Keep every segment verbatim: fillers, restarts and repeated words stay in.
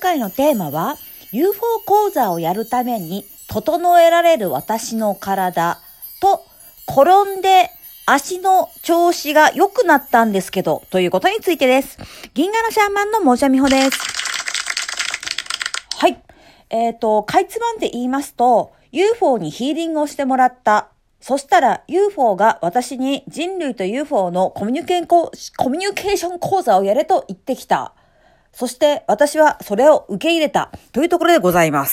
回のテーマは ユーフォー 講座をやるために整えられる私の体と転んで足の調子が良くなったんですけどということについてです。銀河のシャーマンのモージャミホです。はい。えっと、かいつまんで言いますと ユーフォー にヒーリングをしてもらった。そしたら ユーフォー が私に人類と ユーフォー のコミュニケーココミュニケーション講座をやれと言ってきた。そして私はそれを受け入れたというところでございます。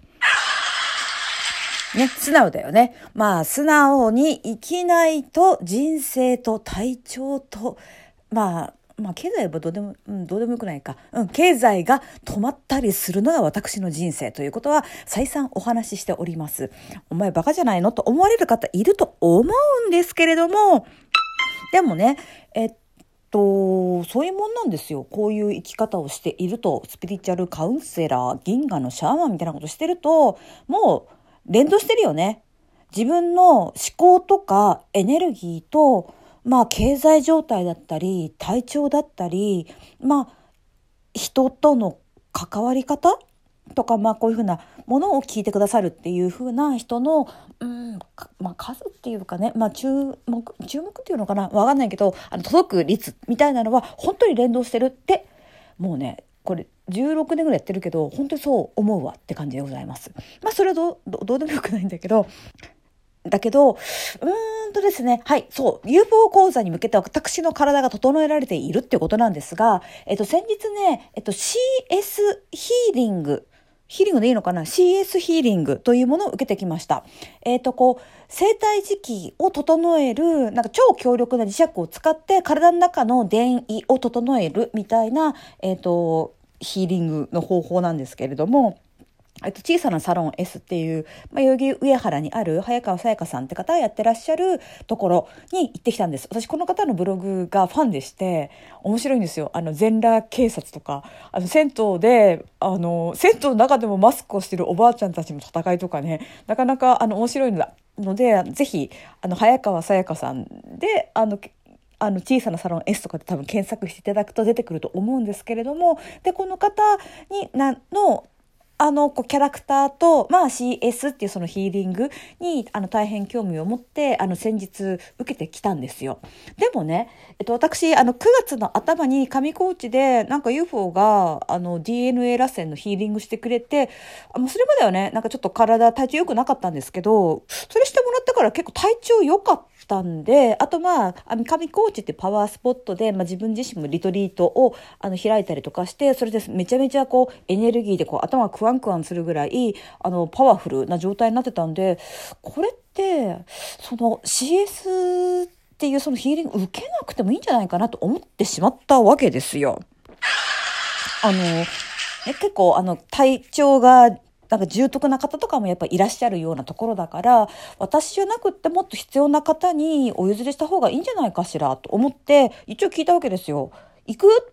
ね、素直だよね。まあ素直に生きないと人生と体調と、まあ、まあ経済はどうでも、うん、どうでもよくないか。うん、経済が止まったりするのが私の人生ということは再三お話ししております。お前バカじゃないのと思われる方いると思うんですけれども、でもね、えっと、そういうもんなんですよ。こういう生き方をしていると、スピリチュアルカウンセラー、銀河のシャーマンみたいなことしてると、もう連動してるよね。自分の思考とかエネルギーと、まあ経済状態だったり、体調だったり、まあ人との関わり方とか、まあこういうふうなものを聞いてくださるっていうふうな人の、うん、まあ数っていうかね、まあ注目、注目っていうのかなわかんないけど、あの届く率みたいなのは本当に連動してるって、もうね、これじゅうろくねんぐらいやってるけど、本当にそう思うわって感じでございます。まあそれはどう、どどうでもよくないんだけど、だけど、うーんとですね、はい、そう、ユーフォー 講座に向けて私の体が整えられているっていうことなんですが、えっと、先日ね、えっと、シーエス ヒーリング、ヒーリングでいいのかな ?シーエス ヒーリングというものを受けてきました。えっと、こう、生体磁気を整える、なんか超強力な磁石を使って体の中の電位を整えるみたいな、えっと、ヒーリングの方法なんですけれども、えっと、小さなサロン S っていう、まあ、代々木上原にある早川さやかさんって方がやってらっしゃるところに行ってきたんです。私この方のブログがファンでして面白いんですよ。あの全裸警察とか、あの銭湯で、あの銭湯の中でもマスクをしてるおばあちゃんたちの戦いとかね、なかなかあの面白いのだので、ぜひあの早川さやかさんであのあの小さなサロン S とかで多分検索していただくと出てくると思うんですけれども、でこの方になのあの、こう、キャラクターと、まあ シーエス っていうそのヒーリングに、あの、大変興味を持って、あの、先日受けてきたんですよ。でもね、えっと、私、あの、くがつの頭に上高地で、なんか ユーフォー が、あの、ディーエヌエー 螺旋のヒーリングしてくれて、あもうそれまではね、なんかちょっと体、体調良くなかったんですけど、それしてもらってから結構体調良かったんで、あとまあ、あの上高地ってパワースポットで、まあ自分自身もリトリートを、あの、開いたりとかして、それでめちゃめちゃこう、エネルギーでこう、頭がクワンクワンするぐらいあのパワフルな状態になってたんで、これってその シーエス っていうそのヒーリング受けなくてもいいんじゃないかなと思ってしまったわけですよ。あの、ね、結構あの体調がなんか重篤な方とかもやっぱいらっしゃるようなところだから、私じゃなくってもっと必要な方にお譲りした方がいいんじゃないかしらと思って一応聞いたわけですよ。行くって。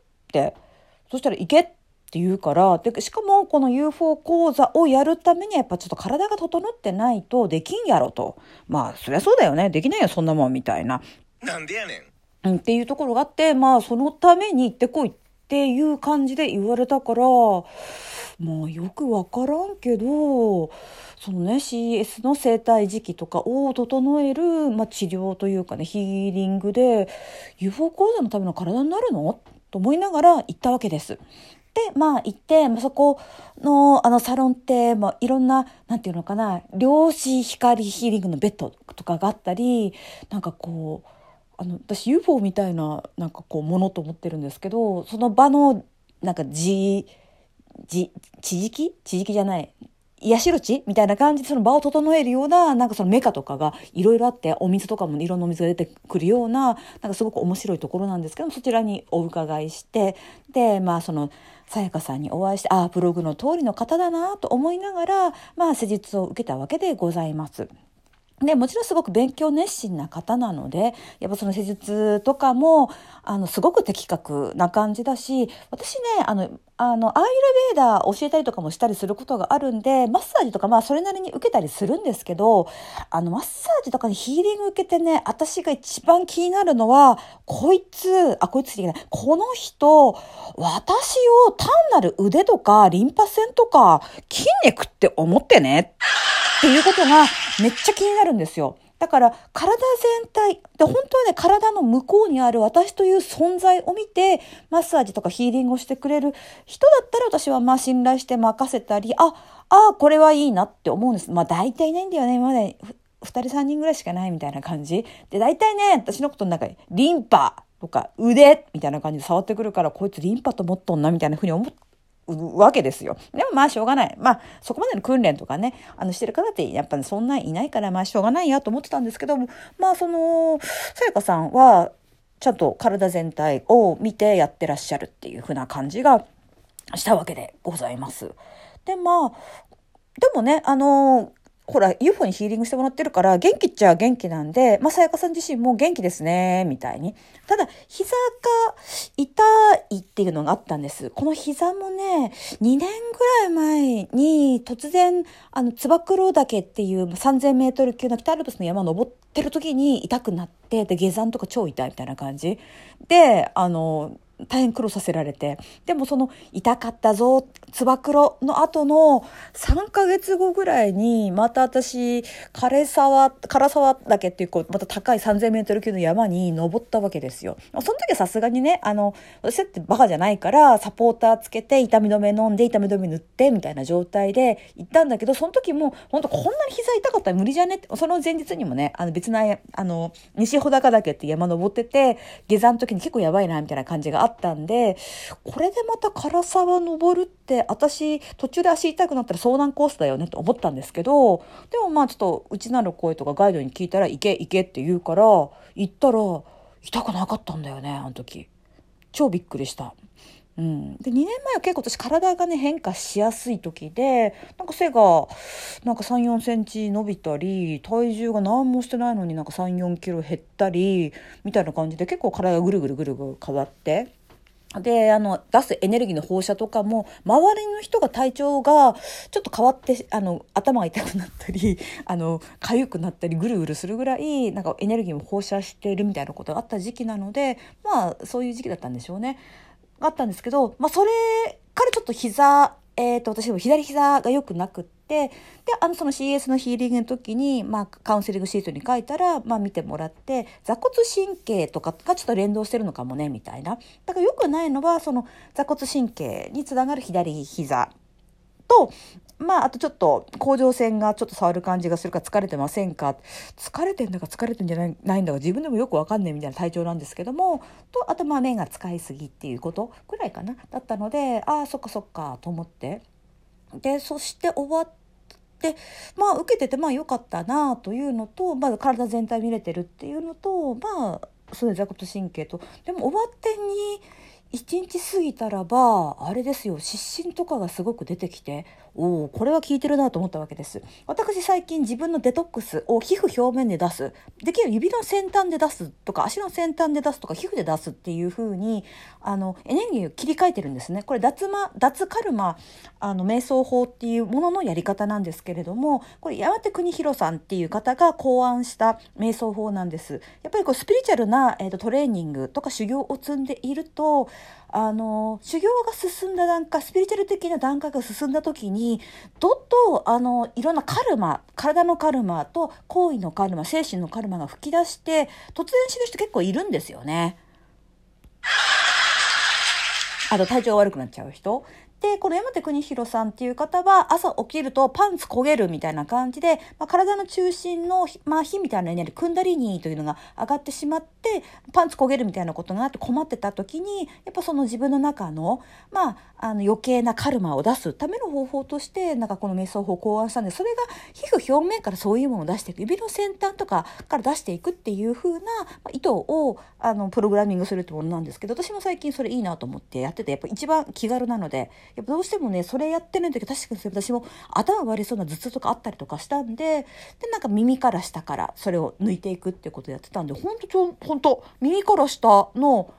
そしたら行けってって言うから、でしかもこの ユーフォー 講座をやるためにはやっぱちょっと体が整ってないとできんやろと。まあそりゃそうだよね、できないよそんなもんみたいな。 なんでやねん、うん、っていうところがあって、まあそのために行ってこいっていう感じで言われたから、まあよくわからんけど、そのね シーエス の生体磁気とかを整える、まあ、治療というかねヒーリングで ユーフォー 講座のための体になるのと思いながら行ったわけです。で、まあ行って、まあ、そこのあのサロンって、まあいろんな、なんていうのかな、量子光ヒーリングのベッドとかがあったり、なんかこう、あの、私 ユーフォー みたいな、なんかこう、ものと思ってるんですけど、その場の、なんか、じ、じ、地磁気地磁気じゃない。癒しろ地みたいな感じでその場を整えるような、なんかそのメカとかがいろいろあって、お水とかもいろんなお水が出てくるような、なんかすごく面白いところなんですけども、そちらにお伺いして、で、まあその、さやかさんにお会いして、ああ、ブログの通りの方だなと思いながら、まあ施術を受けたわけでございます。で、もちろんすごく勉強熱心な方なので、やっぱその施術とかも、あの、すごく的確な感じだし、私ね、あの、 あの、アーユルベーダー教えたりとかもしたりすることがあるんで、マッサージとかまあそれなりに受けたりするんですけど、あの、マッサージとかにヒーリング受けてね、私が一番気になるのは、こいつ、あ、こいつって言えない、この人、私を単なる腕とかリンパ腺とか筋肉って思ってねっていうことがめっちゃ気になるんですよ。だから体全体で本当はね、体の向こうにある私という存在を見てマッサージとかヒーリングをしてくれる人だったら、私はまあ信頼して任せたり、ああこれはいいなって思うんです。まあ大体いないんだよね、今までふたりさんにんぐらいしかないみたいな感じで、大体ね、私のことの中にリンパとか腕みたいな感じで触ってくるから、こいつリンパと思っとんなみたいなふうに思ってわけですよ。でもまあしょうがない。まあそこまでの訓練とかね、あのしてる方ってやっぱりそんないないから、まあしょうがないやと思ってたんですけども、まあそのさやかさんはちゃんと体全体を見てやってらっしゃるっていう風な感じがしたわけでございます。でまあでもね、あのほら ユーフォー にヒーリングしてもらってるから元気っちゃ元気なんで、まあさやかさん自身も元気ですねみたいに。ただ膝が痛いっていうのがあったんです。この膝もね、にねんぐらい前に突然あのつば九郎岳っていうさんぜんメートル級の北アルプスの山を登ってる時に痛くなって、で下山とか超痛いみたいな感じで、あの大変苦労させられて、でもその痛かったぞつば九郎の後のさんかげつごぐらいにまた私枯沢枯沢岳っていうこうまた高いさんぜんメートル級の山に登ったわけですよ。その時はさすがにね、あの私だってバカじゃないからサポーターつけて痛み止め飲んで痛み止め塗ってみたいな状態で行ったんだけど、その時も本当こんなに膝痛かったら無理じゃねって、その前日にもね、あの別なあの西穂高岳って山登ってて下山の時に結構やばいなみたいな感じがあったんで、これでまた唐沢登るって私途中で足痛くなったら遭難コースだよねと思ったんですけど、でもまあちょっと内なる声とかガイドに聞いたら行け行けって言うから行ったら痛くなかったんだよね。あの時超びっくりした。うん、でにねんまえは結構私体がね変化しやすい時で、なんか背がなんかさん、よんセンチ伸びたり、体重が何もしてないのになんかさん、よんキロ減ったりみたいな感じで結構体がぐるぐるぐるぐる変わって、であの出すエネルギーの放射とかも周りの人が体調がちょっと変わって、あの頭が痛くなったりあの痒くなったりぐるぐるするぐらいなんかエネルギーも放射してるみたいなことがあった時期なので、まあそういう時期だったんでしょうね。あったんですけど、まあそれからちょっと膝、えー、と私も左膝が良くなくって、であのその シーエス のヒーリングの時に、まあ、カウンセリングシートに書いたら、まあ、見てもらって座骨神経とかがちょっと連動してるのかもねみたいな。だから良くないのはその座骨神経につながる左膝と、まあ、あとちょっと甲状腺がちょっと触る感じがするか、疲れてませんか、疲れてんだか疲れてんじゃない、ないんだか自分でもよくわかんないみたいな体調なんですけども、とあとまあ目が使いすぎっていうことくらいかなだったので、ああそっかそっかと思って、でそして終わってまあ受けててまあ良かったなというのと、まず体全体見れてるっていうのと、まあそういう座骨神経と、でも終わってにいちにち過ぎたらばあれですよ、湿疹とかがすごく出てきて、おおこれは効いてるなと思ったわけです。私最近自分のデトックスを皮膚表面で出す、できる指の先端で出すとか足の先端で出すとか皮膚で出すっていう風にあのエネルギーを切り替えてるんですね。これ脱マ脱カルマあの瞑想法っていうもののやり方なんですけれども、これ山手邦弘さんっていう方が考案した瞑想法なんです。やっぱりこうスピリチュアルな、えーと、トレーニングとか修行を積んでいると、あの修行が進んだ段階、スピリチュアル的な段階が進んだ時にどっとあのいろんなカルマ、体のカルマと行為のカルマ、精神のカルマが吹き出して突然死ぬ人結構いるんですよね。あと体調が悪くなっちゃう人で、この山手邦弘さんっていう方は朝起きるとパンツ焦げるみたいな感じで、まあ、体の中心の、まあ、火みたいなエネルギークンダリニーというのが上がってしまってパンツ焦げるみたいなことがあって困ってた時に、やっぱその自分の中の、まあ、あの余計なカルマを出すための方法としてなんかこの瞑想法を考案したんで、それが皮膚表面からそういうものを出していく、指の先端とかから出していくっていう風な意図をあのプログラミングするってものなんですけど、私も最近それいいなと思ってやってて、やっぱ一番気軽なので、やっぱどうしてもねそれやってるんだけど、確かに私も頭割れそうな頭痛とかあったりとかしたんで、でなんか耳から下からそれを抜いていくっていうことをやってたんで、ほんとちょほんと耳から下の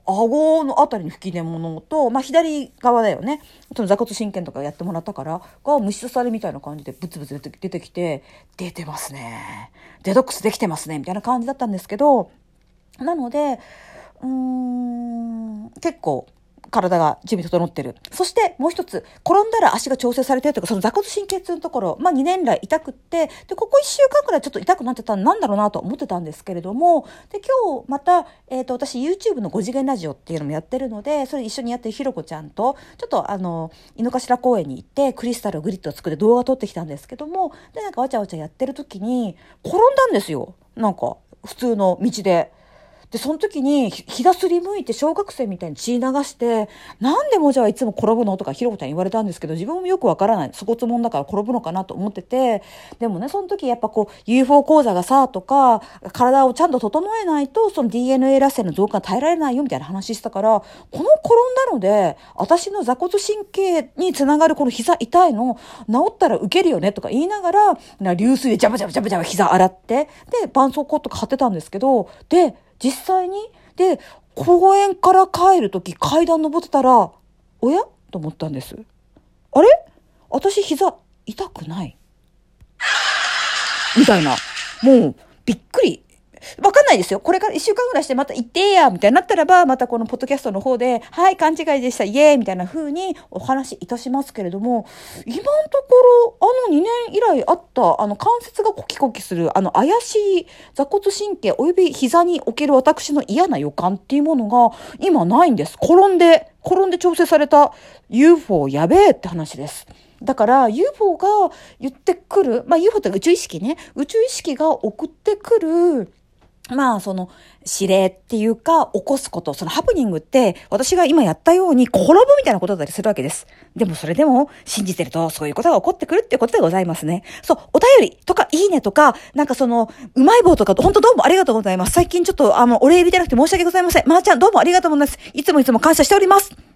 顎のあたりに吹き出物と、まあ左側だよね。その座骨神経とかやってもらったから、が虫刺されみたいな感じでブツブツ出て出てきて、出てますね。デトックスできてますね。みたいな感じだったんですけど、なので、うーん、結構、体が準備整ってる。そしてもう一つ、転んだら足が調整されてるというか、その座骨神経痛のところ、まあにねん来痛くって、で、ここいっしゅうかんくらいちょっと痛くなってたんなんだろうなと思ってたんですけれども、で、今日また、えっと、私 YouTube のご次元ラジオっていうのもやってるので、それ一緒にやってるひろこちゃんと、ちょっとあの、井の頭公園に行って、クリスタルグリッドを作って動画撮ってきたんですけども、で、なんかわちゃわちゃやってる時に、転んだんですよ。なんか、普通の道で。で、その時に、膝すりむいて小学生みたいに血流して、なんでもじゃあいつも転ぶのとかひろこちゃん言われたんですけど、自分もよくわからない。粗骨もんだから転ぶのかなと思ってて、でもね、その時やっぱこう、ユーフォー 講座がさ、とか、体をちゃんと整えないと、その ディーエヌエー 螺旋の増加が耐えられないよみたいな話したから、この転んだので、私の座骨神経につながるこの膝痛いの、治ったら受けるよねとか言いながら、な流水でジャバジャバジャバジャバ膝洗って、で、絆創膏とか貼ってたんですけど、で、実際に、で、公園から帰るとき階段登ってたら、おやと思ったんです。あれ私膝痛くないみたいな。もう、びっくり。わかんないですよ。これから一週間ぐらいしてまた行ってやみたいになったらば、またこのポッドキャストの方で、はい、勘違いでした、イエーイみたいな風にお話しいたしますけれども、今のところ、あのにねん以来あった、あの関節がコキコキする、あの怪しい座骨神経および膝における私の嫌な予感っていうものが今ないんです。転んで、転んで調整された ユーフォー やべえって話です。だから ユーフォー が言ってくる、まあ ユーフォー って宇宙意識ね、宇宙意識が送ってくる、まあ、その、指令っていうか、起こすこと、そのハプニングって、私が今やったように転ぶみたいなことだったりするわけです。でもそれでも、信じてると、そういうことが起こってくるってことでございますね。そう、お便りとか、いいねとか、なんかその、うまい棒とか、本当どうもありがとうございます。最近ちょっと、あの、お礼入れてなくて申し訳ございません。まーちゃん、どうもありがとうございます。いつもいつも感謝しております。